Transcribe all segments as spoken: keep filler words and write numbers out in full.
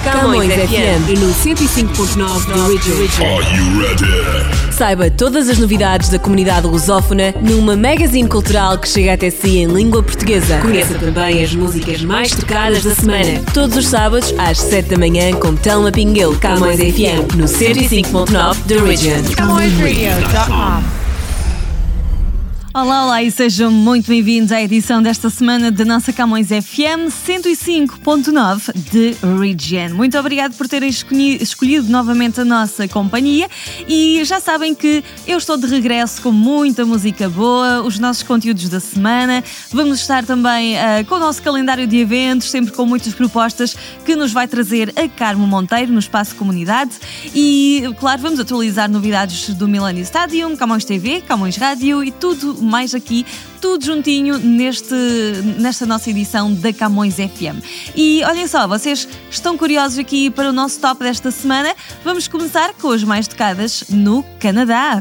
Camões F M no cento e cinco ponto nove da Region. Are you ready? Saiba todas as novidades da comunidade lusófona numa magazine cultural que chega até si em língua portuguesa. Conheça também as músicas mais tocadas da semana. Todos os sábados às sete da manhã com Telma Pinguel. Camões F M no cento e cinco ponto nove da Region. Camões Radio ponto com. Olá, olá e sejam muito bem-vindos à edição desta semana da nossa Camões F M cento e cinco ponto nove de Region. Muito obrigado por terem escolhido, escolhido novamente a nossa companhia e já sabem que eu estou de regresso com muita música boa, os nossos conteúdos da semana. Vamos estar também uh, com o nosso calendário de eventos, sempre com muitas propostas que nos vai trazer a Carmo Monteiro no Espaço Comunidade e, claro, vamos atualizar novidades do Millennium Stadium, Camões T V, Camões Rádio e tudo mais aqui, tudo juntinho neste, nesta nossa edição da Camões F M. E olhem só, vocês estão curiosos aqui para o nosso top desta semana? Vamos começar com as mais tocadas no Canadá.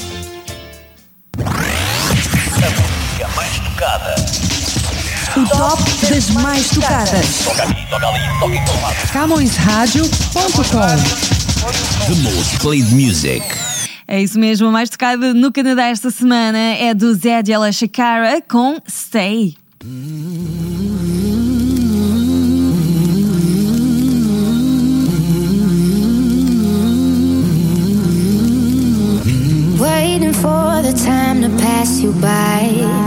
A música mais tocada. O top das mais tocadas. Toca aqui, toca ali, toca em todo lado. Camões Rádio ponto com. The most played music. É isso mesmo, a mais tocada no Canadá esta semana é do Zed e Ella Shakara com Stay. Waiting for the time to pass you by.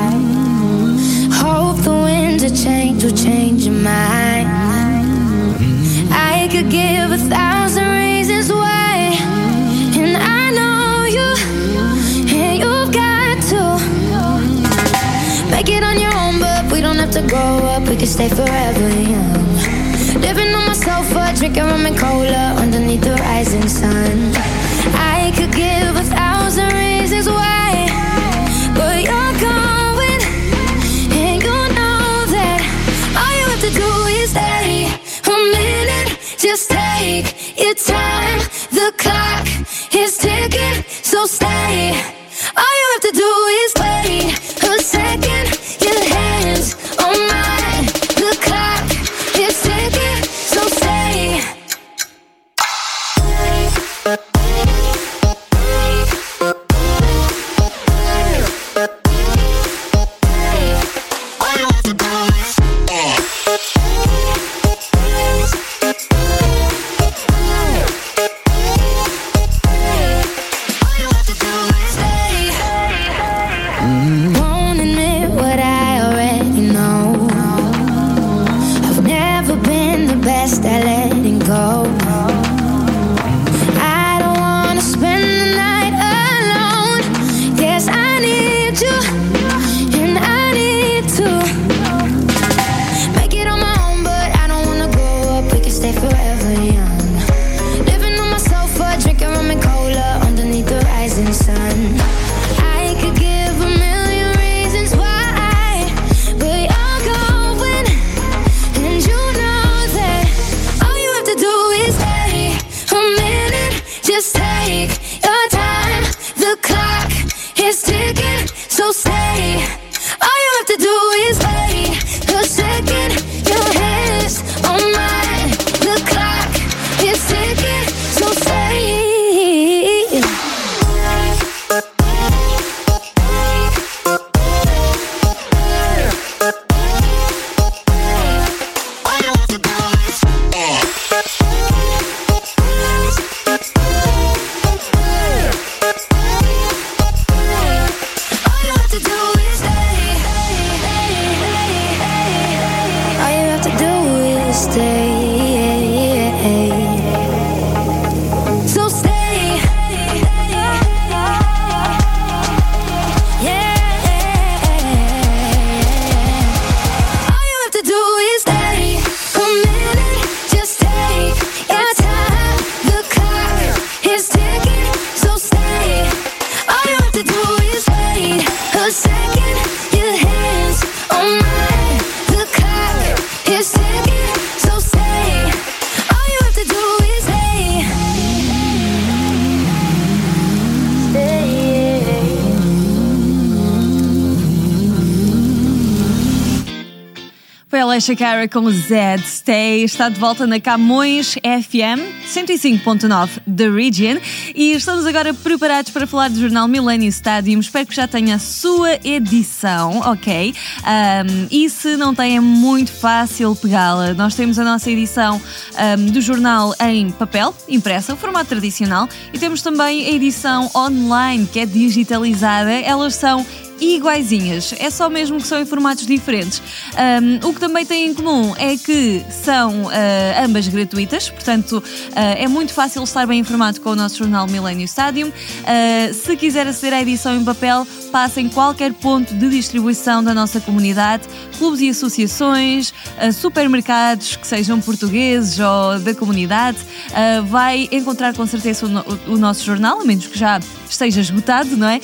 Hope the winds of change will change your mind. I could give a thousand reasons why, and I know you, and you've got to make it on your own, but we don't have to grow up, we can stay forever young. Living on my sofa, drinking rum and cola underneath the rising sun. I could give a thousand reasons why, but you're going, and you know that all you have to do is stay a minute, just take your time. The clock is ticking, so stay. All you have to do is wait a second. Your hands on mine. The clock is ticking, so stay. All you have to do is uh. All you have to do is stay. Alessia Cara com o Zed Stay está de volta na Camões F M cento e cinco ponto nove da Region e estamos agora preparados para falar do jornal Millennium Stadium. Espero que já tenha a sua edição, ok? Um, e se não tem, é muito fácil pegá-la. Nós temos a nossa edição um, do jornal em papel, impressa, o formato tradicional, e temos também a edição online, que é digitalizada. Elas são iguaizinhas, é só mesmo que são em formatos diferentes. Um, o que também têm em comum é que são uh, ambas gratuitas, portanto uh, é muito fácil estar bem informado com o nosso jornal Millennium Stadium. Uh, se quiser aceder à edição em papel, passa em qualquer ponto de distribuição da nossa comunidade, clubes e associações, uh, supermercados que sejam portugueses ou da comunidade, uh, vai encontrar com certeza o, no, o nosso jornal, a menos que já esteja esgotado, não é?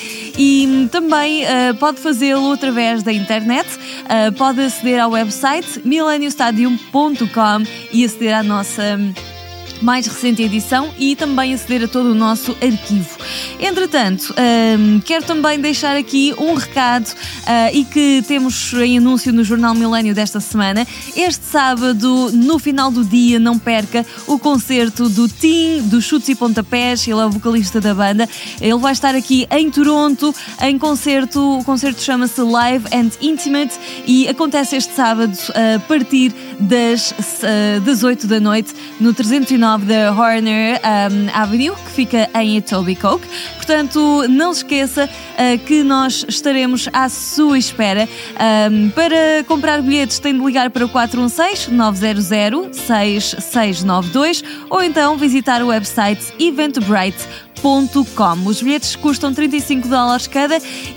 E também uh, pode fazê-lo através da internet, uh, pode aceder ao website millennium stadium ponto com e aceder à nossa mais recente edição e também aceder a todo o nosso arquivo. Entretanto, um, quero também deixar aqui um recado uh, e que temos em anúncio no Jornal Milênio desta semana. Este sábado, no final do dia, não perca o concerto do Tim, do Chutes e Pontapés. Ele é o vocalista da banda. Ele vai estar aqui em Toronto em concerto. O concerto chama-se Live and Intimate e acontece este sábado a partir das, uh, das oito da noite no trezentos e nove da Horner um, Avenue, que fica em Etobicoke. Portanto, não se esqueça uh, que nós estaremos à sua espera. Um, para comprar bilhetes tem de ligar para o quatro um seis, nove zero zero, seis seis nove dois ou então visitar o website eventbrite ponto com. Os bilhetes custam trinta e cinco dólares cada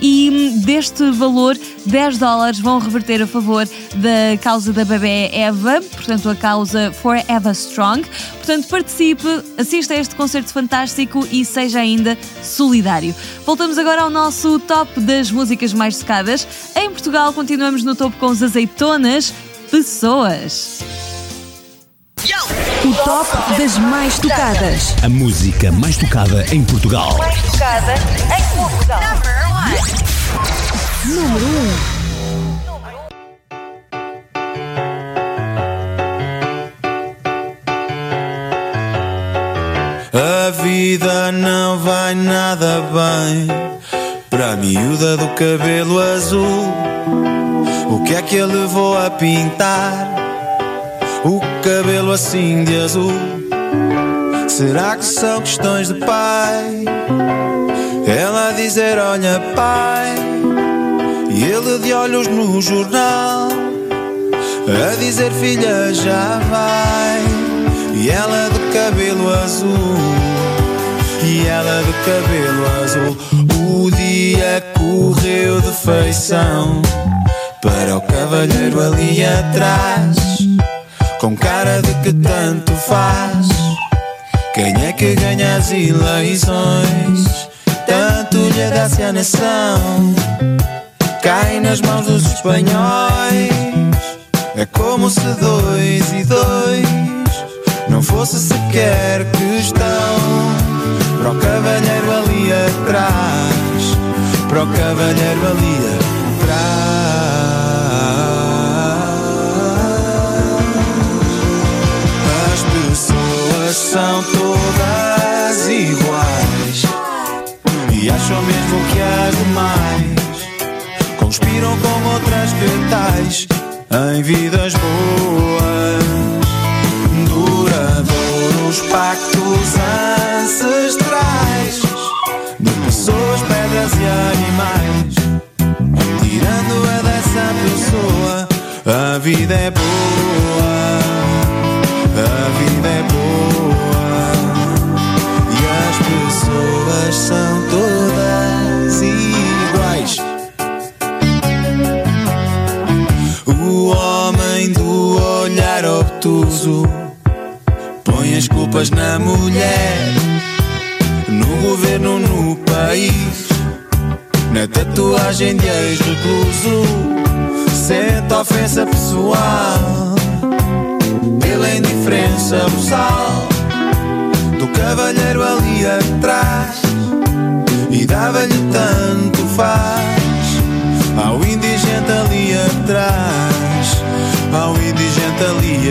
e deste valor dez dólares vão reverter a favor da causa da bebê Eva, portanto a causa Forever Strong. Portanto, participe, assista a este concerto fantástico e seja ainda solidário. Voltamos agora ao nosso top das músicas mais tocadas. Em Portugal continuamos no topo com os Azeitonas, Pessoas. O top das mais tocadas. A música mais tocada em Portugal. Mais tocada em Portugal. Número um. A vida não vai nada bem para a miúda do cabelo azul. O que é que ele levou a pintar o cabelo assim de azul? Será que são questões de pai? Ela a dizer olha pai, e ele de olhos no jornal a dizer filha já vai. E ela de cabelo azul, e ela de cabelo azul. O dia correu de feição para o cavalheiro ali atrás, com cara de que tanto faz. Quem é que ganha as eleições? Tanto lhe dá-se a nação, cai nas mãos dos espanhóis. É como se dois e dois não fosse sequer questão para o cavalheiro ali atrás, para o cavalheiro ali atrás. As pessoas são todas iguais e acham mesmo que as demais conspiram com outras que tais em vidas boas, duradouros pactos ancestrais de pessoas, pedras e animais. Tirando-a dessa pessoa, a vida é boa, a vida é boa. E as pessoas são todas iguais. O homem do olhar obtuso põe as culpas na mulher, no governo, no país, na tatuagem de ex-recluso. Sente ofensa pessoal pela indiferença boçal do cavalheiro ali atrás, e dava-lhe tanto faz ao indigente ali atrás, ao indigente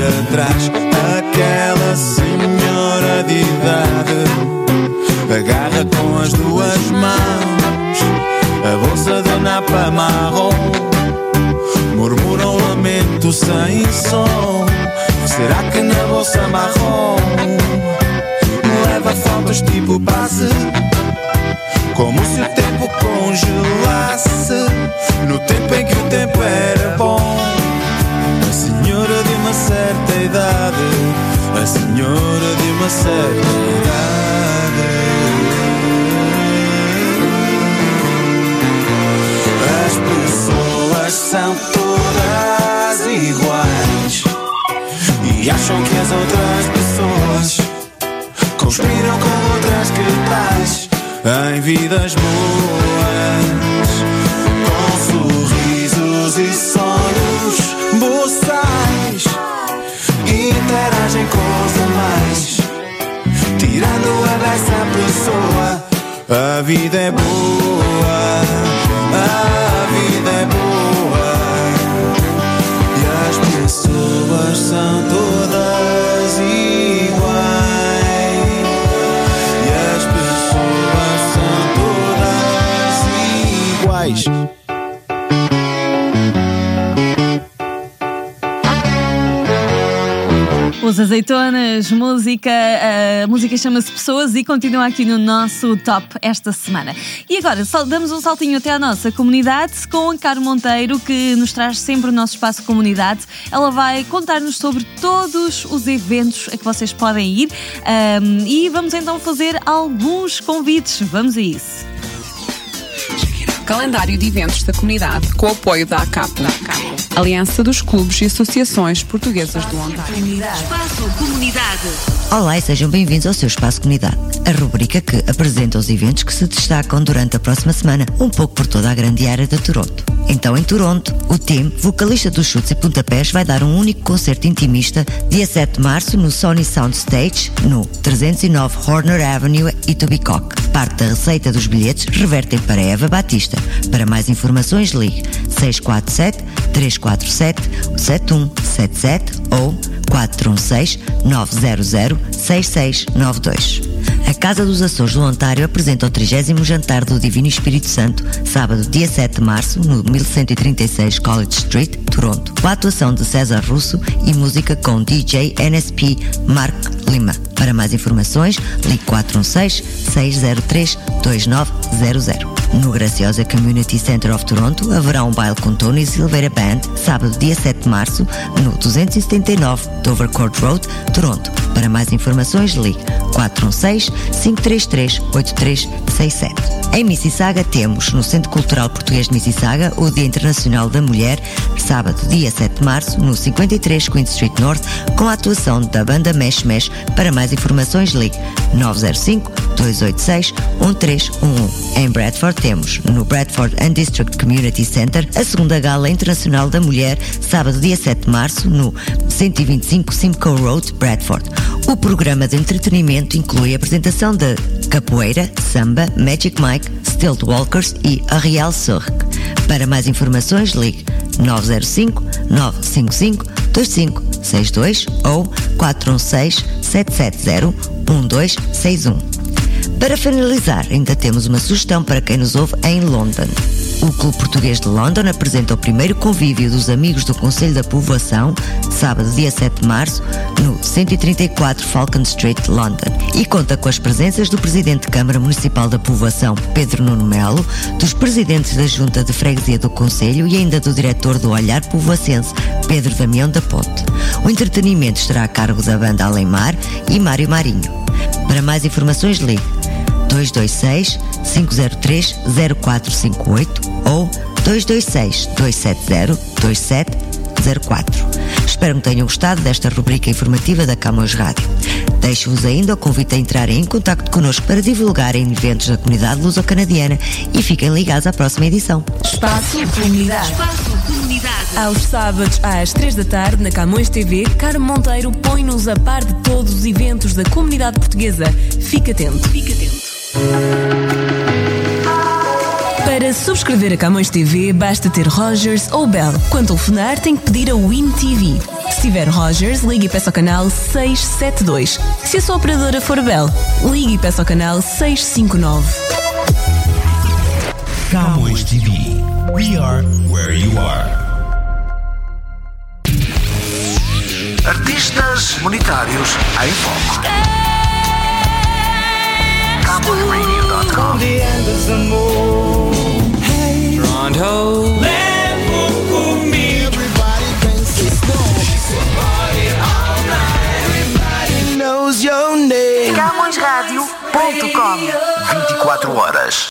atrás, aquela senhora de idade agarra com as duas mãos a bolsa de napa marrom, murmura um lamento sem som. Será que na bolsa marrom leva fotos tipo base? Como se o tempo congelasse no tempo em que o tempo era bom. A senhora de uma certa idade, a senhora de uma certa idade. As pessoas são todas iguais e acham que as outras pessoas conspiram com outras que tais em vidas boas, com sorrisos e sonhos boçais, interagem com os demais, tirando a dessa pessoa. A vida é boa, a vida é boa, e as pessoas são todas iguais, e as pessoas são todas iguais. Os Azeitonas, música, a música chama-se Pessoas e continua aqui no nosso top esta semana. E agora damos um saltinho até à nossa comunidade com a Caro Monteiro, que nos traz sempre o nosso espaço comunidade. Ela vai contar-nos sobre todos os eventos a que vocês podem ir um, e vamos então fazer alguns convites. Vamos a isso. Calendário de eventos da comunidade com o apoio da ACAPO, Aliança dos Clubes e Associações Portuguesas do Ontário. Espaço Comunidade. Olá e sejam bem-vindos ao seu Espaço Comunidade, a rubrica que apresenta os eventos que se destacam durante a próxima semana, um pouco por toda a grande área de Toronto. Então, em Toronto, o Tim, vocalista dos Chutes e Pontapés, vai dar um único concerto intimista dia sete de março no Sony Sound Stage, no trezentos e nove Horner Avenue, Etobicoke. Parte da receita dos bilhetes revertem para Eva Batista. Para mais informações, ligue seis quatro sete, três quatro sete, sete um sete sete ou quatro um seis, nove zero zero, seis seis nove dois. A Casa dos Açores do Ontário apresenta o trigésimo Jantar do Divino Espírito Santo, sábado, dia sete de março, no mil cento e trinta e seis College Street, Toronto, com a atuação de César Russo e música com D J N S P Mark Lima. Para mais informações, ligue quatro um seis, seis zero três, dois nove zero zero. No Graciosa Community Center of Toronto haverá um baile com Tony Silveira Band, sábado, dia sete de março, no duzentos e setenta e nove Dovercourt Road, Toronto. Para mais informações, ligue quatro um seis, cinco três três, oito três seis sete. Em Mississauga temos, no Centro Cultural Português de Mississauga, o Dia Internacional da Mulher, sábado, dia sete de março, no cinquenta e três Queen Street North, com a atuação da banda Mesh Mesh. Para mais informações, ligue nove zero cinco, dois oito seis, um três um um. Em Bradford temos, no Bradford and District Community Center, a segunda Gala Internacional da Mulher, sábado, dia sete de março, no cento e vinte e cinco Simcoe Road, Bradford. O programa de entretenimento inclui a apresentação de capoeira, samba, Magic Mike, Stilt Walkers e a Real Surk. Para mais informações, ligue nove zero cinco, nove cinco cinco, dois cinco seis dois ou quatro um seis, sete sete zero, um dois seis um. Para finalizar, ainda temos uma sugestão para quem nos ouve em London. O Clube Português de London apresenta o primeiro convívio dos Amigos do Conselho da Povoação, sábado, dia sete de março, no cento e trinta e quatro Falcon Street, London, e conta com as presenças do Presidente de Câmara Municipal da Povoação, Pedro Nuno Melo, dos Presidentes da Junta de Freguesia do Conselho e ainda do Diretor do Olhar Povoacense, Pedro Damião da Ponte. O entretenimento estará a cargo da banda Alemar e Mário Marinho. Para mais informações, ligue dois dois seis, cinco zero três, zero quatro cinco oito ou dois dois seis, dois sete zero, dois sete zero quatro. Espero que tenham gostado desta rubrica informativa da Camões Rádio. Deixo-vos ainda o convite a entrarem em contacto connosco para divulgarem eventos da comunidade luso-canadiana e fiquem ligados à próxima edição. Espaço Comunidade. Espaço Comunidade. Aos sábados às três da tarde na Camões T V, Caro Monteiro põe-nos a par de todos os eventos da comunidade portuguesa. Fique atento. Fique atento. Para subscrever a Camões T V, basta ter Rogers ou Bell. Quando telefonar, tem que pedir a Win T V. Se tiver Rogers, ligue e peça ao canal seis sete dois. Se a sua operadora for Bell, ligue e peça ao canal seis cinco nove. Camões T V. We are where you are. Artistas monetários em foco. Camões Radio ponto com. Toronto. Leve comigo. Everybody thinks it's snow. Somebody all night. Everybody knows your name. Camões Radio ponto com. vinte e quatro horas.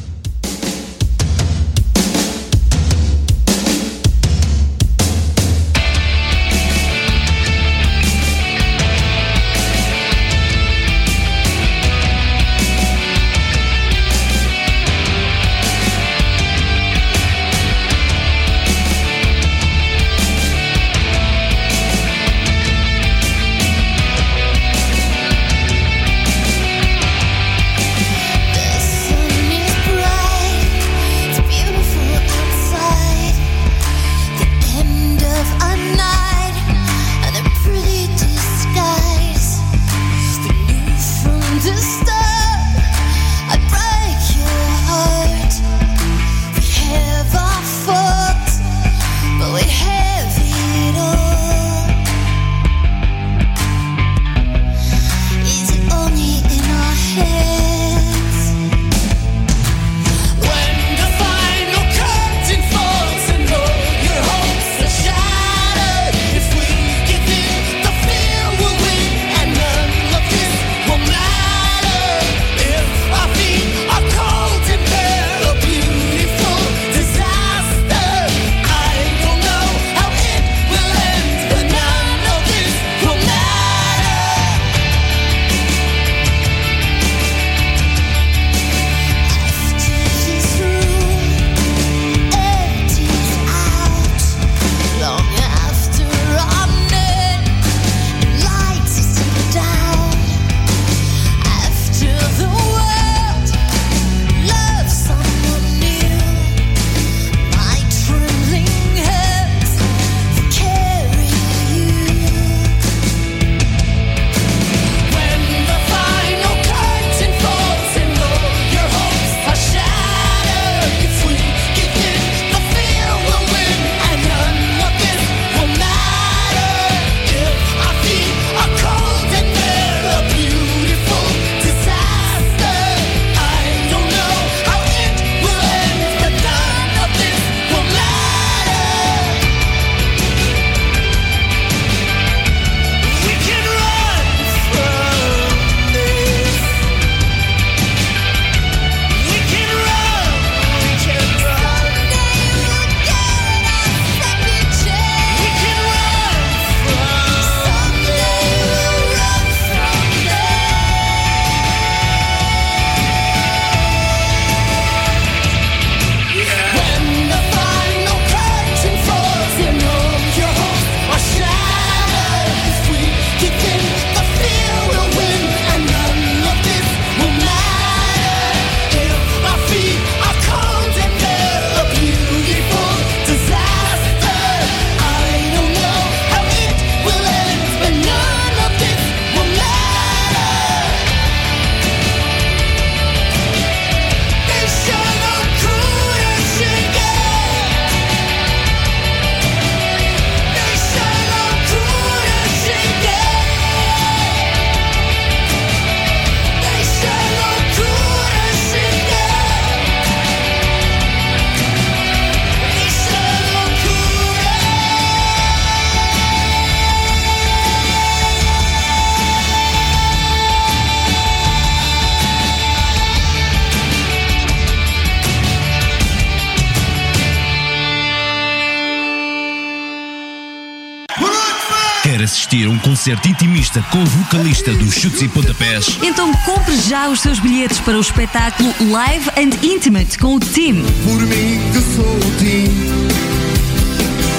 Quer assistir a um concerto intimista com o vocalista dos Chutes e Pontapés? Então compre já os seus bilhetes para o espetáculo Live and Intimate com o Team. Por mim que sou o Team dos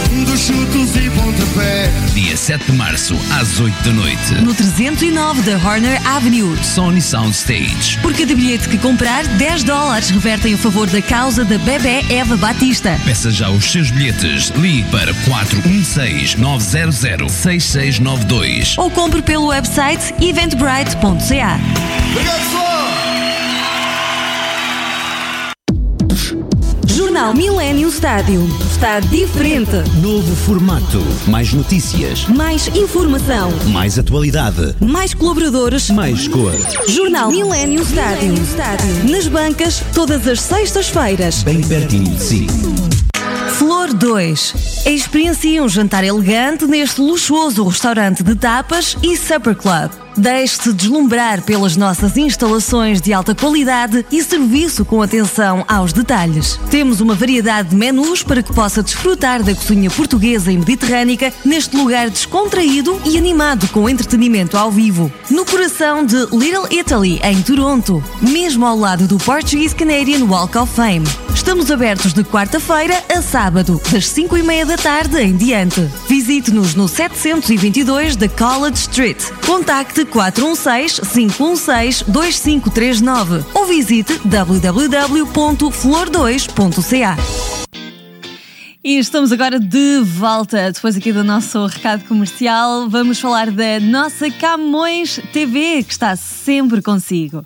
chutos e pontapé. Dia sete de março, às oito da noite. No trezentos e nove da Horner Avenue. Sony Soundstage. Por cada bilhete que comprar, dez dólares revertem a favor da causa da bebé Eva Batista. Peça já os seus bilhetes. Ligue para quatro um seis, nove zero zero, seis seis nove dois. Ou compre pelo website eventbrite ponto c a. Jornal Millennium Stadium. Está diferente. Novo formato. Mais notícias. Mais informação. Mais atualidade. Mais colaboradores. Mais cor. Jornal Millennium Stadium. Nas bancas, todas as sextas-feiras. Bem pertinho de si. Flor dois. Experiencia um jantar elegante neste luxuoso restaurante de tapas e supper club. Deixe-se deslumbrar pelas nossas instalações de alta qualidade e serviço com atenção aos detalhes. Temos uma variedade de menus para que possa desfrutar da cozinha portuguesa e mediterrânica neste lugar descontraído e animado com entretenimento ao vivo. No coração de Little Italy, em Toronto, mesmo ao lado do Portuguese Canadian Walk of Fame. Estamos abertos de quarta-feira a sábado, das cinco e meia da tarde em diante. Visite-nos no setecentos e vinte e dois da College Street. Contacte quatro um seis, cinco um seis, dois cinco três nove ou visite w w w ponto flor dois ponto c a. E estamos agora de volta, depois aqui do nosso recado comercial, vamos falar da nossa Camões T V, que está sempre consigo.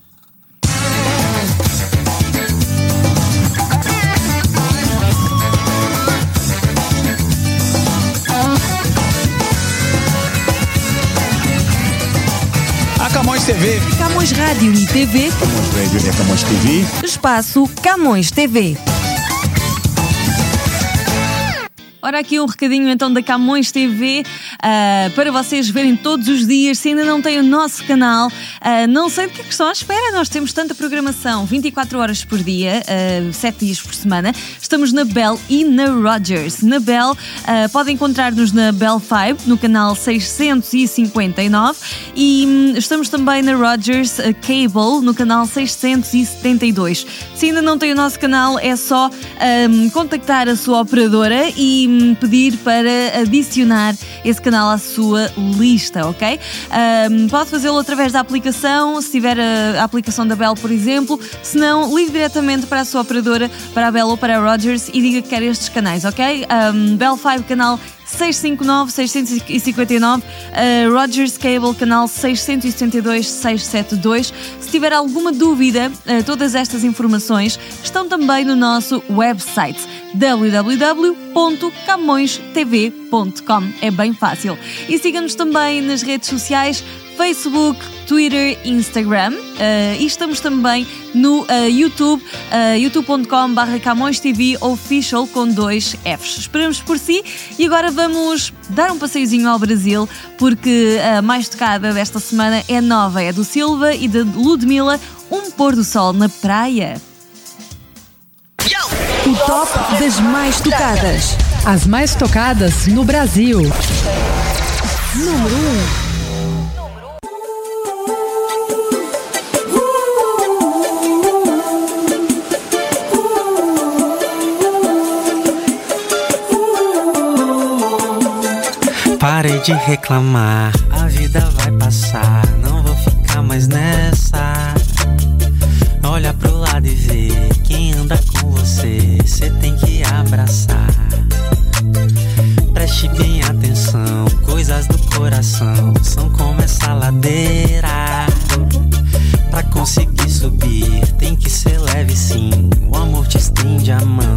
Camões T V. Camões Rádio e T V. Camões Rádio e Camões T V. Espaço Camões T V. Ora, aqui um recadinho então da Camões T V uh, para vocês verem todos os dias. Se ainda não têm o nosso canal, uh, não sei do que é que estão à espera. Nós temos tanta programação, vinte e quatro horas por dia, uh, sete dias por semana. Estamos na Bell e na Rogers. Na Bell, uh, podem encontrar-nos na Bell cinco, no canal seiscentos e cinquenta e nove, e um, estamos também na Rogers uh, Cable, no canal seiscentos e setenta e dois. Se ainda não têm o nosso canal, é só um, contactar a sua operadora e pedir para adicionar esse canal à sua lista, ok? Um, pode fazê-lo através da aplicação, se tiver a, a aplicação da Bell, por exemplo. Se não, ligue diretamente para a sua operadora, para a Bell ou para a Rogers, e diga que quer estes canais, ok? Um, Bell cinco, canal seiscentos e cinquenta e nove, seiscentos e cinquenta e nove, uh, Rogers Cable, canal seiscentos e setenta e dois, seiscentos e setenta e dois. Se tiver alguma dúvida, uh, todas estas informações estão também no nosso website w w w ponto camões t v ponto com. É bem fácil. E siga-nos também nas redes sociais, Facebook, Twitter, Instagram, uh, e estamos também no uh, YouTube, uh, youtube ponto com barra Camões T V Official com dois Fs. Esperamos por si e agora vamos dar um passeiozinho ao Brasil, porque a mais tocada desta semana é nova, é do Silva e da Ludmilla, Um Pôr do Sol na Praia. O top das mais tocadas. As mais tocadas no Brasil. Número um. Parei de reclamar, a vida vai passar, não vou ficar mais nessa. Olha pro lado e vê quem anda com você, cê tem que abraçar. Preste bem atenção, coisas do coração são como essa ladeira. Pra conseguir subir, tem que ser leve sim, o amor te estende a mão.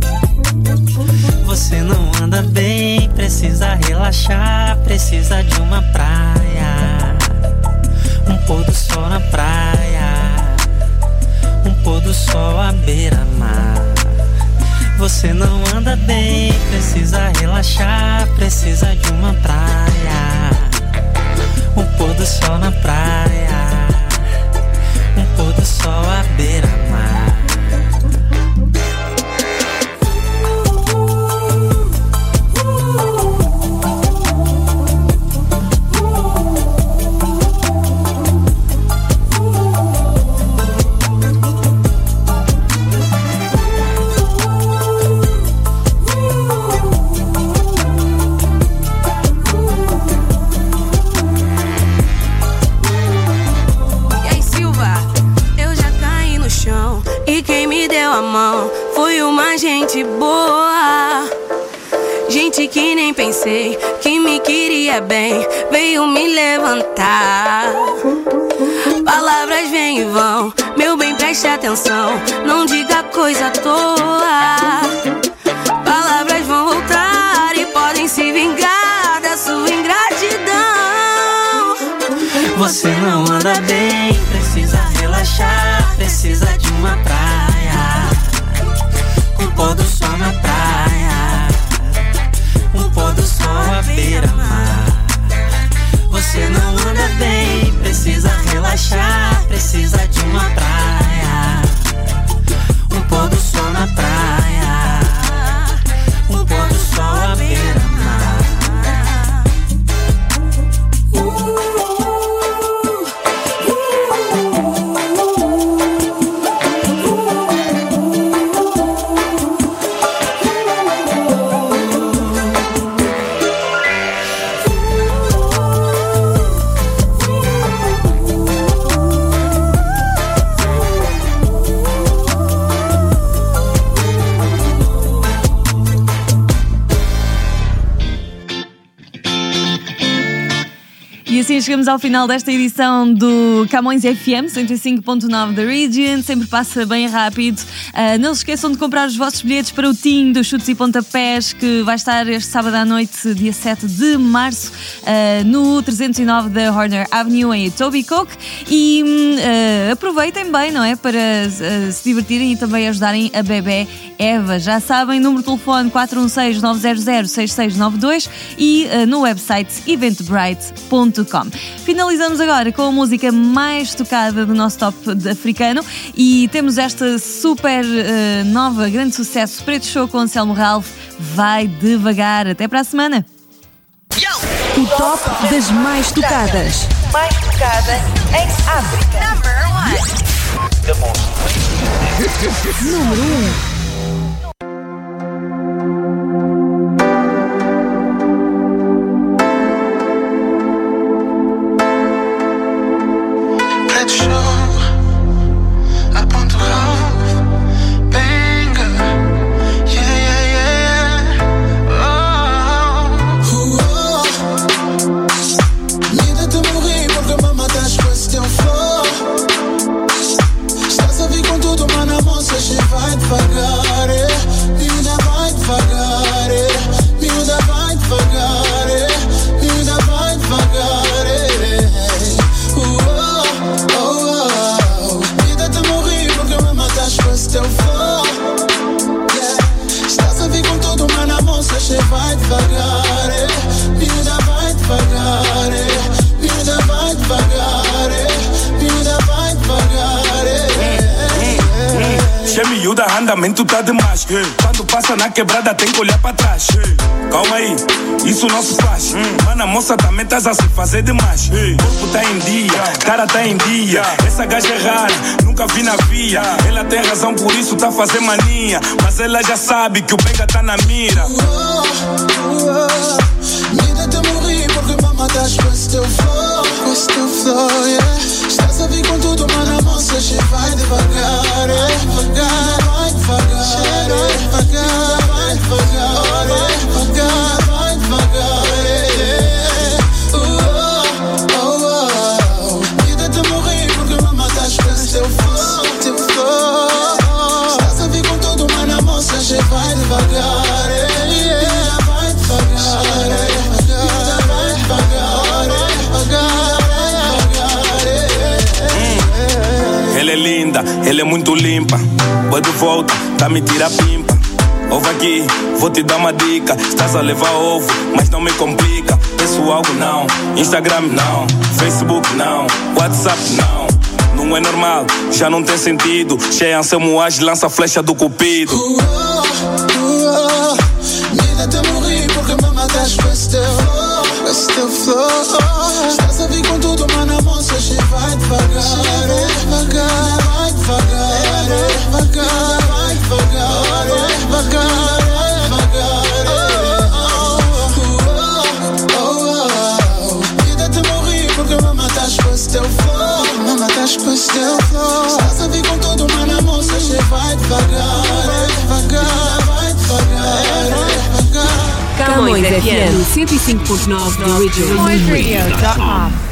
Você não anda bem, precisa relaxar, precisa de uma praia. Um pôr do sol na praia, um pôr do sol à beira-mar. Você não anda bem, precisa relaxar, precisa de uma praia. Um pôr do sol na praia, um pôr do sol à beira-mar. mão, foi uma gente boa. Gente que nem pensei, que me queria bem, veio me levantar. Palavras vêm e vão, meu bem, preste atenção, não diga coisa à toa. Palavras vão voltar e podem se vingar da sua ingratidão. Você não anda bem, precisa relaxar, precisa de uma praia, um pôr do sol na praia, um pôr do sol à beira-mar. Você não anda bem, precisa relaxar, precisa de uma praia, um pôr do sol na praia, um pôr do sol à beira-mar. E assim chegamos ao final desta edição do Camões F M cento e cinco ponto nove da Region. Sempre passa bem rápido. Uh, não se esqueçam de comprar os vossos bilhetes para o Team dos Chutes e Pontapés, que vai estar este sábado à noite, dia sete de março, uh, no trezentos e nove da Horner Avenue, em Etobicoke. E uh, aproveitem bem, não é? Para uh, se divertirem e também ajudarem a bebé Eva. Já sabem, número de telefone quatro um seis, nove zero zero, seis seis nove dois e uh, no website eventbrite ponto com. Finalizamos agora com a música mais tocada do nosso top africano e temos esta super uh, nova, grande sucesso, Preto Show com Anselmo Ralph, Vai Devagar. Até para a semana. O top das mais tocadas. Mais tocada em África. Number one. Número um. Andamento tá demais, quando passa na quebrada tem que olhar pra trás. Calma aí, isso não se faz. Mano, a moça também tá a se fazer demais. Corpo tá em dia, cara tá em dia. Essa gaja é rara, nunca vi na via. Ela tem razão, por isso tá fazendo mania. Mas ela já sabe que o pega tá na mira. Mida te morri porque me matas com esse teu flow, com esse teu flow, yeah. Estás a vir com tudo, mano, a moça vai devagar, é devagar. Vai devagar, vai devagar, vai devagar, devagar, vai devagar. Oh, oh, oh. Vida te morri porque me matas com esse teu flow, teu flow. Estás a vir com tudo, mano, a moça vai devagar, yeah. Vai devagar, vida vai devagar, devagar. Ela é linda, ela é muito limpa. Vou de volta, tá me tira pimpa. Ouve aqui, vou te dar uma dica. Estás a levar ovo, mas não me complica. Peço algo não, Instagram não, Facebook não, WhatsApp não. Não é normal, já não tem sentido. Cheia Anselmo age, lança a flecha do cupido. uh, uh, uh, Mida te morri porque me matas com esse teu flow, com esse teu flow. Estás a vir com tudo, mano, a moça vai devagar, é devagar. Vai devagar, é devagar. Vai devagar, é devagar, é devagar. Oh, oh, oh. Vida te morri porque me matas com esse teu flow, me matas com esse teu flow. Estás a vir com tudo, mano, a moça vai devagar. Camões F M cento e cinco ponto nove do Region. Camões Radio dot com